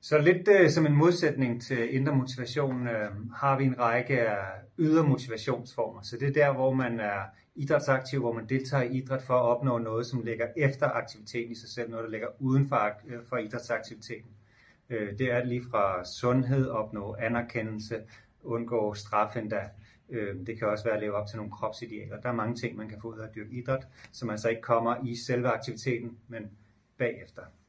Så lidt som en modsætning til indre motivation har vi en række af ydre motivationsformer. Så det er der, hvor man er idrætsaktiv, hvor man deltager i idræt for at opnå noget, som ligger efter aktiviteten i sig selv, noget der ligger uden for idrætsaktiviteten. Det er lige fra sundhed, opnå anerkendelse, undgå straf endda. Det kan også være at leve op til nogle kropsidealer. Der er mange ting, man kan få ud af at dyrke idræt, som altså ikke kommer i selve aktiviteten, men bagefter.